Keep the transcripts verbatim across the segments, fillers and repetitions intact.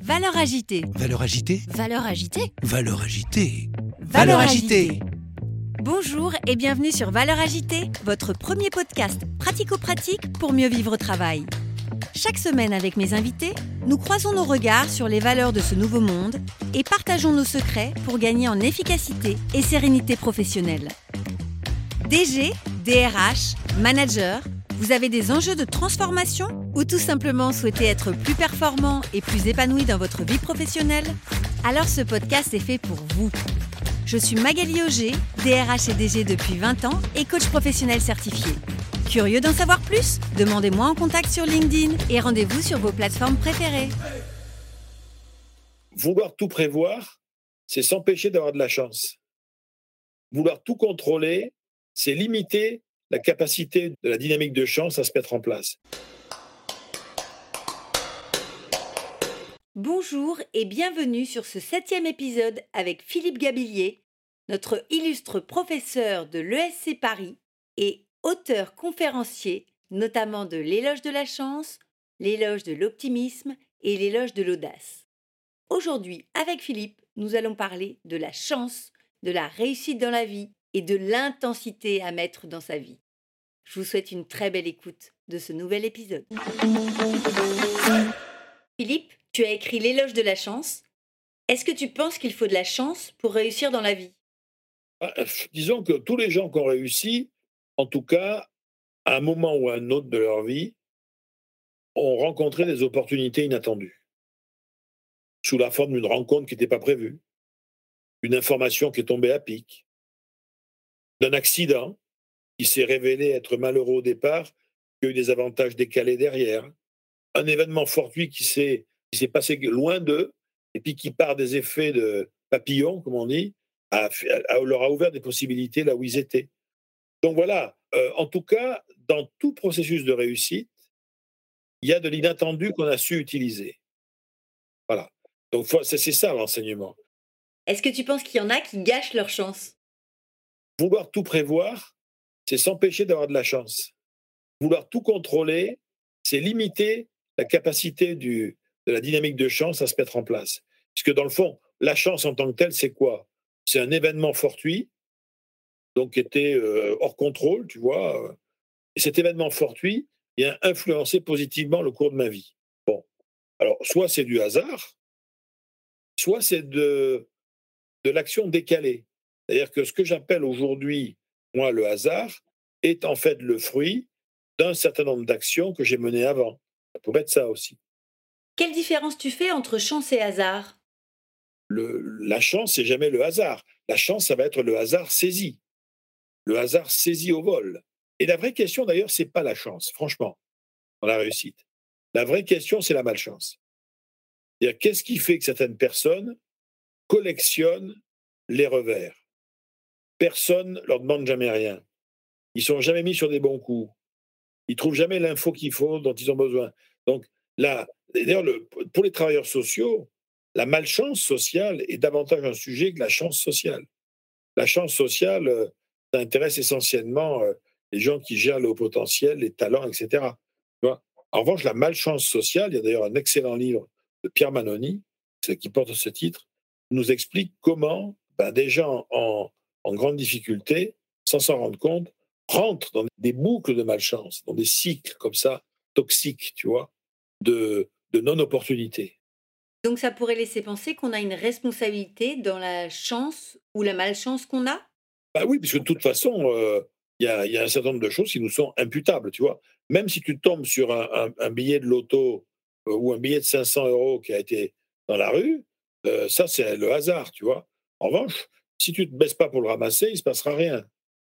Valeurs agitées. Valeurs agitées. Valeurs agitées. Valeurs agitées. Valeurs agitées. Bonjour et bienvenue sur Valeurs agitées, votre premier podcast pratico-pratique pour mieux vivre au travail. Chaque semaine avec mes invités, nous croisons nos regards sur les valeurs de ce nouveau monde et partageons nos secrets pour gagner en efficacité et sérénité professionnelle. D G, D R H, manager, vous avez des enjeux de transformation ou tout simplement souhaitez être plus performant et plus épanoui dans votre vie professionnelle? Alors ce podcast est fait pour vous. Je suis Magali Auger, D R H et D G depuis vingt ans et coach professionnel certifié. Curieux d'en savoir plus? Demandez-moi en contact sur LinkedIn et rendez-vous sur vos plateformes préférées. Vouloir tout prévoir, c'est s'empêcher d'avoir de la chance. Vouloir tout contrôler, c'est limiter la capacité de la dynamique de chance à se mettre en place. Bonjour et bienvenue sur ce septième épisode avec Philippe Gabillier, notre illustre professeur de l'E S C Paris et auteur conférencier, notamment de l'éloge de la chance, l'éloge de l'optimisme et l'éloge de l'audace. Aujourd'hui, avec Philippe, nous allons parler de la chance, de la réussite dans la vie et de l'intensité à mettre dans sa vie. Je vous souhaite une très belle écoute de ce nouvel épisode. Philippe, tu as écrit l'éloge de la chance. Est-ce que tu penses qu'il faut de la chance pour réussir dans la vie? Ah, disons que tous les gens qui ont réussi, en tout cas, à un moment ou à un autre de leur vie, ont rencontré des opportunités inattendues, sous la forme d'une rencontre qui n'était pas prévue, une information qui est tombée à pic, d'un accident qui s'est révélé être malheureux au départ, qui a eu des avantages décalés derrière, un événement fortuit qui s'est, qui s'est passé loin d'eux, et puis qui, par des effets de papillon, comme on dit, a, a, leur a ouvert des possibilités là où ils étaient. Donc voilà, euh, en tout cas, dans tout processus de réussite, il y a de l'inattendu qu'on a su utiliser. Voilà. Donc c'est, c'est ça l'enseignement. Est-ce que tu penses qu'il y en a qui gâchent leur chance? Vouloir tout prévoir, c'est s'empêcher d'avoir de la chance. Vouloir tout contrôler, c'est limiter la capacité du, de la dynamique de chance à se mettre en place. Puisque dans le fond, la chance en tant que telle, c'est quoi? C'est un événement fortuit, donc qui était euh, hors contrôle, tu vois. Et cet événement fortuit vient influencer positivement le cours de ma vie. Bon, alors soit c'est du hasard, soit c'est de, de l'action décalée. C'est-à-dire que ce que j'appelle aujourd'hui, moi, le hasard, est en fait le fruit d'un certain nombre d'actions que j'ai menées avant. Ça pourrait être ça aussi. Quelle différence tu fais entre chance et hasard? Le, la chance, c'est jamais le hasard. La chance, ça va être le hasard saisi. Le hasard saisi au vol. Et la vraie question, d'ailleurs, c'est pas la chance, franchement, dans la réussite. La vraie question, c'est la malchance. C'est-à-dire, qu'est-ce qui fait que certaines personnes collectionnent les revers? Personne leur demande jamais rien. Ils sont jamais mis sur des bons coups. Ils trouvent jamais l'info qu'il faut, dont ils ont besoin. Donc là, d'ailleurs, le, pour les travailleurs sociaux, la malchance sociale est davantage un sujet que la chance sociale. La chance sociale, euh, ça intéresse essentiellement euh, les gens qui gèrent le haut potentiel, les talents, et cetera. Tu vois? En revanche, la malchance sociale, il y a d'ailleurs un excellent livre de Pierre Manoni, qui porte ce titre, nous explique comment ben, des gens en, en grande difficulté, sans s'en rendre compte, rentrent dans des boucles de malchance, dans des cycles comme ça, toxiques, tu vois, de, de non-opportunité. Donc ça pourrait laisser penser qu'on a une responsabilité dans la chance ou la malchance qu'on a? Bah oui, puisque de toute façon, il euh, y, y a un certain nombre de choses qui nous sont imputables, tu vois. Même si tu tombes sur un, un, un billet de loto euh, ou un billet de cinq cents euros qui a été dans la rue, euh, ça, c'est le hasard, tu vois. En revanche, si tu ne te baisses pas pour le ramasser, il ne se passera rien.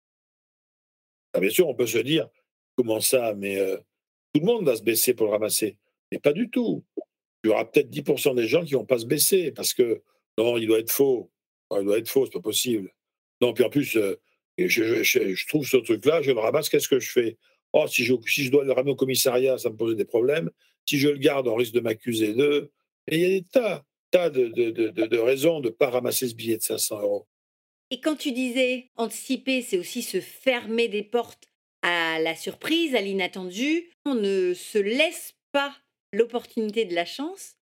Ah, bien sûr, on peut se dire, comment ça, mais euh, tout le monde va se baisser pour le ramasser. Mais pas du tout. Il y aura peut-être dix pour cent des gens qui ne vont pas se baisser parce que, non, il doit être faux. Non, il doit être faux, c'est pas possible. Non, puis en plus, euh, je, je, je, je trouve ce truc-là, je le ramasse, qu'est-ce que je fais? Oh, si je, si je dois le ramener au commissariat, ça me pose des problèmes. Si je le garde, on risque de m'accuser d'eux. Et il y a des tas, tas de, de, de, de, de raisons de ne pas ramasser ce billet de cinq cents euros. Et quand tu disais anticiper, c'est aussi se fermer des portes à la surprise, à l'inattendu. On ne se laisse pas l'opportunité de la chance.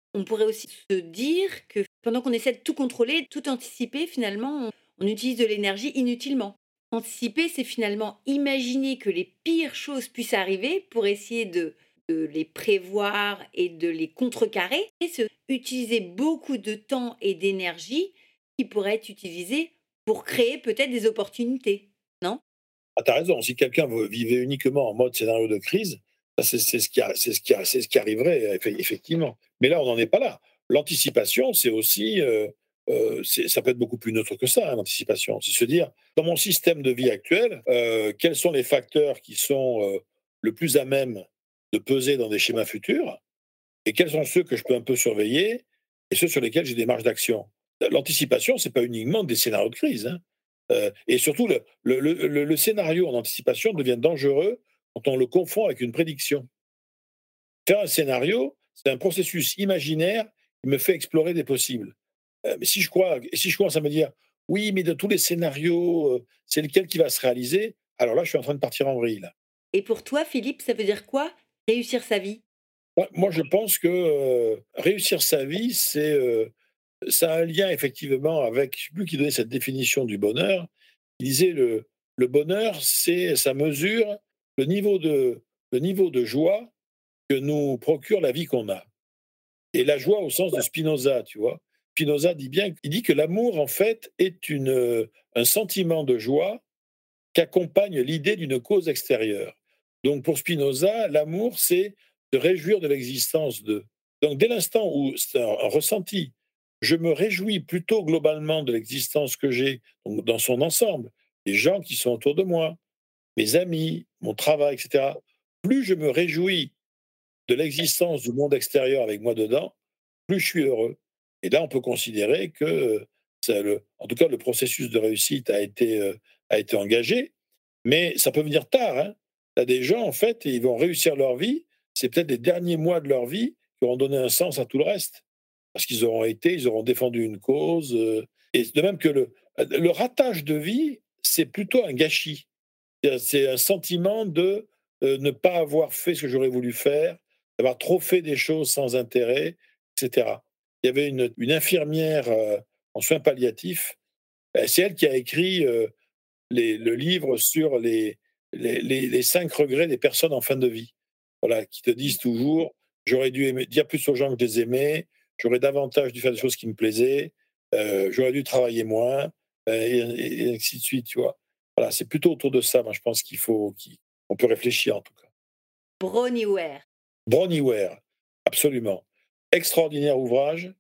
On pourrait aussi se dire que pendant qu'on essaie de tout contrôler, tout anticiper, finalement, on, on utilise de l'énergie inutilement. Anticiper, c'est finalement imaginer que les pires choses puissent arriver pour essayer de, de les prévoir et de les contrecarrer, et se utiliser beaucoup de temps et d'énergie qui pourraient être utilisés pour créer peut-être des opportunités, non? Ah, tu as raison, si quelqu'un veut- vivait uniquement en mode scénario de crise, ça, c'est c'est ce qui, a- c'est ce qui, a- c'est ce qui arriverait, effe- effectivement. Mais là, on n'en est pas là. L'anticipation, c'est aussi, euh, euh, c'est- ça peut être beaucoup plus neutre que ça, hein, l'anticipation. C'est se dire, dans mon système de vie actuel, euh, quels sont les facteurs qui sont euh, le plus à même de peser dans des schémas futurs, et quels sont ceux que je peux un peu surveiller, et ceux sur lesquels j'ai des marges d'action. L'anticipation, c'est pas uniquement des scénarios de crise, hein. Euh, et surtout, le, le- le- le- le scénario en anticipation devient dangereux quand on le confond avec une prédiction. Faire un scénario, c'est un processus imaginaire qui me fait explorer des possibles. Euh, mais si je crois, si je commence à me dire, oui, mais de tous les scénarios, euh, c'est lequel qui va se réaliser, alors là, je suis en train de partir en vrille, là. Et pour toi, Philippe, ça veut dire quoi, réussir sa vie? Moi, moi, je pense que euh, réussir sa vie, c'est euh, ça a un lien effectivement avec, je ne sais plus qui donnait cette définition du bonheur. Il disait le, le bonheur, c'est ça mesure le niveau de, le niveau de joie que nous procure la vie qu'on a. Et la joie au sens de Spinoza, tu vois. Spinoza dit bien, il dit que l'amour, en fait, est une, euh, un sentiment de joie qu'accompagne l'idée d'une cause extérieure. Donc pour Spinoza, l'amour, c'est se réjouir de l'existence de. Donc dès l'instant où c'est un, un ressenti, je me réjouis plutôt globalement de l'existence que j'ai, donc dans son ensemble, les gens qui sont autour de moi, mes amis, mon travail, et cetera. Plus je me réjouis de l'existence du monde extérieur avec moi dedans, plus je suis heureux. Et là, on peut considérer que, euh, ça, le, en tout cas, le processus de réussite a été, euh, a été engagé, mais ça peut venir tard, hein. Tu as des gens, en fait, ils vont réussir leur vie, c'est peut-être les derniers mois de leur vie qui auront donné un sens à tout le reste. Parce qu'ils auront été, ils auront défendu une cause. euh, et de même que le, le ratage de vie, c'est plutôt un gâchis. C'est c'est un sentiment de euh, ne pas avoir fait ce que j'aurais voulu faire, d'avoir trop fait des choses sans intérêt, et cetera. Il y avait une, une infirmière euh, en soins palliatifs, euh, c'est elle qui a écrit euh, les- le livre sur les, les, les- les cinq regrets des personnes en fin de vie. Voilà, qui te disent toujours, j'aurais dû aimer- dire plus aux gens que je les aimais, j'aurais davantage dû faire des choses qui me plaisaient, euh, j'aurais dû travailler moins, euh, et, et ainsi de suite, tu vois. Voilà, c'est plutôt autour de ça, moi, je pense qu'il faut, qu'on peut réfléchir en tout cas. Bronnie Ware. Bronnie Ware, absolument. Extraordinaire ouvrage.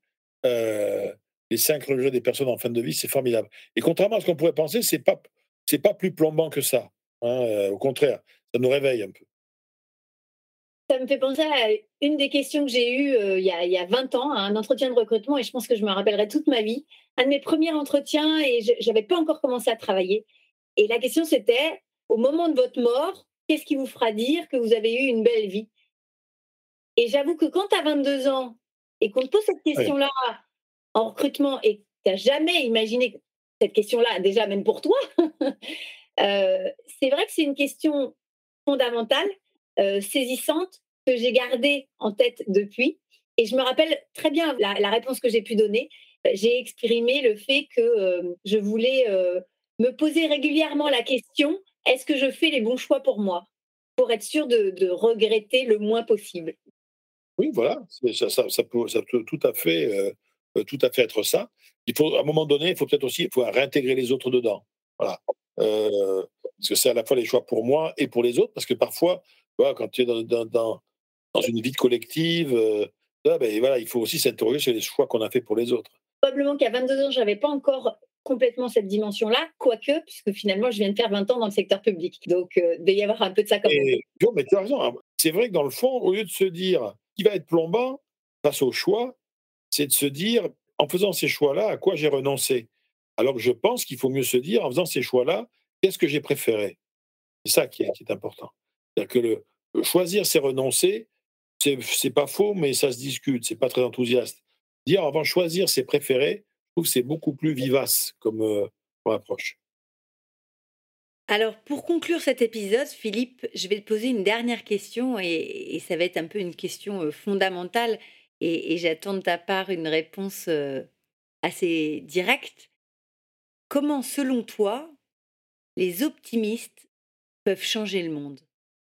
euh, les cinq regrets des personnes en fin de vie, c'est formidable. Et contrairement à ce qu'on pourrait penser, c'est pas, c'est pas plus plombant que ça, hein, euh, au contraire, ça nous réveille un peu. Ça me fait penser à une des questions que j'ai eues euh, il, y a, il y a vingt ans, à un entretien de recrutement, et je pense que je me rappellerai toute ma vie. Un de mes premiers entretiens, et je n'avais pas encore commencé à travailler. Et la question, c'était, au moment de votre mort, qu'est-ce qui vous fera dire que vous avez eu une belle vie? Et j'avoue que quand tu as vingt-deux ans et qu'on te pose cette Ouais. question-là en recrutement et que tu n'as jamais imaginé cette question-là, déjà même pour toi, euh, c'est vrai que c'est une question fondamentale, euh, saisissante, que j'ai gardée en tête depuis. Et je me rappelle très bien la, la réponse que j'ai pu donner. J'ai exprimé le fait que euh, je voulais euh, me poser régulièrement la question, est-ce que je fais les bons choix pour moi, pour être sûre de, de regretter le moins possible. Oui, voilà, c'est- ça, ça, ça peut, ça peut tout à fait, euh, peut tout à fait être ça. Il faut, à un moment donné, il faut peut-être aussi, il faut réintégrer les autres dedans. Voilà. Euh, parce que c'est à la fois les choix pour moi et pour les autres, parce que parfois, tu vois, quand tu es dans, dans, dans, dans une vie collective, euh, là, ben, voilà, il faut aussi s'interroger sur les choix qu'on a fait pour les autres. Probablement qu'à vingt-deux ans, je n'avais pas encore complètement cette dimension-là, quoique, puisque finalement, je viens de faire vingt ans dans le secteur public. Donc, euh, il doit y avoir un peu de ça quand même. Et, tu vois, mais tu as raison, hein. C'est vrai que dans le fond, au lieu de se dire qui va être plombant face au choix, c'est de se dire, en faisant ces choix-là, à quoi j'ai renoncé? Alors que je pense qu'il faut mieux se dire, en faisant ces choix-là, qu'est-ce que j'ai préféré? C'est ça qui est, qui est important. C'est-à-dire que le, le choisir, c'est renoncer, c'est, c'est pas faux, mais ça se discute, c'est pas très enthousiaste. Dire, en revanche, choisir ses préférés, je trouve que c'est beaucoup plus vivace comme, euh, comme approche. Alors, pour conclure cet épisode, Philippe, je vais te poser une dernière question et, et ça va être un peu une question euh, fondamentale et, et j'attends de ta part une réponse euh, assez directe. Comment, selon toi, les optimistes peuvent changer le monde?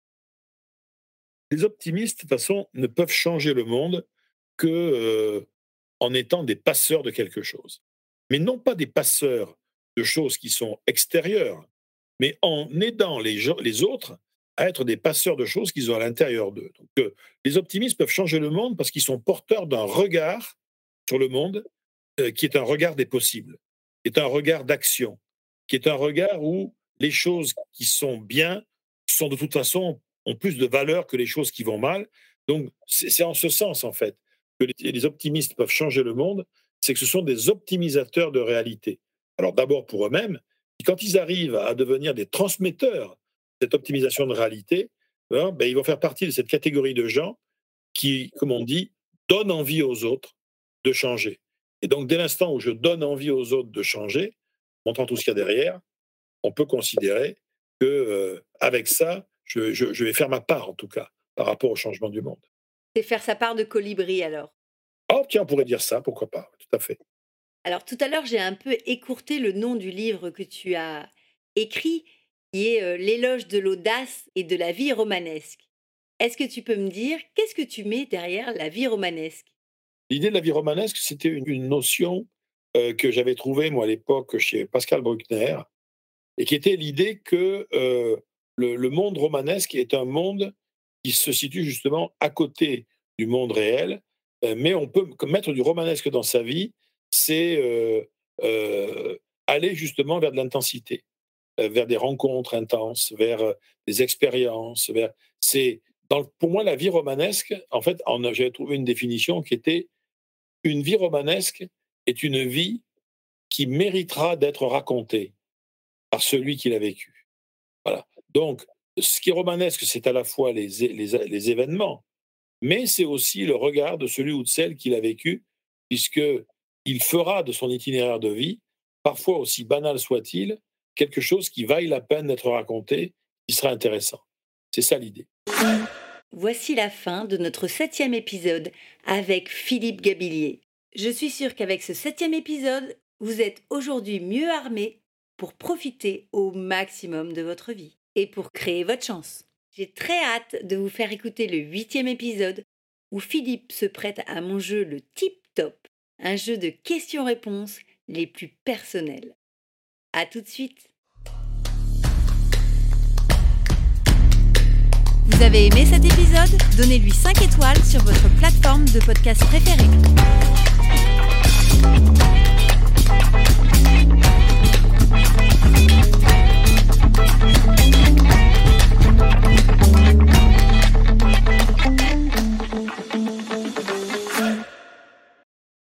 Les optimistes, de toute façon, ne peuvent changer le monde que euh, en étant des passeurs de quelque chose. Mais non pas des passeurs de choses qui sont extérieures, mais en aidant les, gens, les autres à être des passeurs de choses qu'ils ont à l'intérieur d'eux. Donc, euh, les optimistes peuvent changer le monde parce qu'ils sont porteurs d'un regard sur le monde euh, qui est un regard des possibles, qui est un regard d'action, qui est un regard où les choses qui sont bien sont de toute façon ont plus de valeur que les choses qui vont mal. Donc, c'est, c'est en ce sens, en fait, que les, les optimistes peuvent changer le monde, c'est que ce sont des optimisateurs de réalité. Alors, d'abord pour eux-mêmes, et quand ils arrivent à devenir des transmetteurs de cette optimisation de réalité, hein, ben, ils vont faire partie de cette catégorie de gens qui, comme on dit, donnent envie aux autres de changer. Et donc, dès l'instant où je donne envie aux autres de changer, montrant tout ce qu'il y a derrière, on peut considérer que euh, avec ça, je, je, je vais faire ma part, en tout cas, par rapport au changement du monde. C'est faire sa part de colibri, alors. Oh, tiens, on pourrait dire ça, pourquoi pas, tout à fait. Alors, tout à l'heure, j'ai un peu écourté le nom du livre que tu as écrit, qui est euh, L'éloge de l'audace et de la vie romanesque. Est-ce que tu peux me dire, qu'est-ce que tu mets derrière la vie romanesque? L'idée de la vie romanesque, c'était une, une notion euh, que j'avais trouvée, moi, à l'époque, chez Pascal Bruckner, et qui était l'idée que euh, le, le monde romanesque est un monde qui se situe justement à côté du monde réel, euh, mais on peut mettre du romanesque dans sa vie, c'est euh, euh, aller justement vers de l'intensité, euh, vers des rencontres intenses, vers euh, des expériences. Vers... C'est dans, pour moi, la vie romanesque, en fait, en, j'avais trouvé une définition qui était une vie romanesque est une vie qui méritera d'être racontée par celui qui l'a vécu. Voilà. Donc, ce qui est romanesque, c'est à la fois les, les, les événements, mais c'est aussi le regard de celui ou de celle qui l'a vécu, puisqu'il fera de son itinéraire de vie, parfois aussi banal soit-il, quelque chose qui vaille la peine d'être raconté, qui sera intéressant. C'est ça l'idée. Voici la fin de notre septième épisode avec Philippe Gabillier. Je suis sûre qu'avec ce septième épisode, vous êtes aujourd'hui mieux armés pour profiter au maximum de votre vie et pour créer votre chance. J'ai très hâte de vous faire écouter le huitième épisode où Philippe se prête à mon jeu le Tip Top, un jeu de questions-réponses les plus personnelles. À tout de suite. Vous avez aimé cet épisode? Donnez-lui cinq étoiles sur votre plateforme de podcast préférée.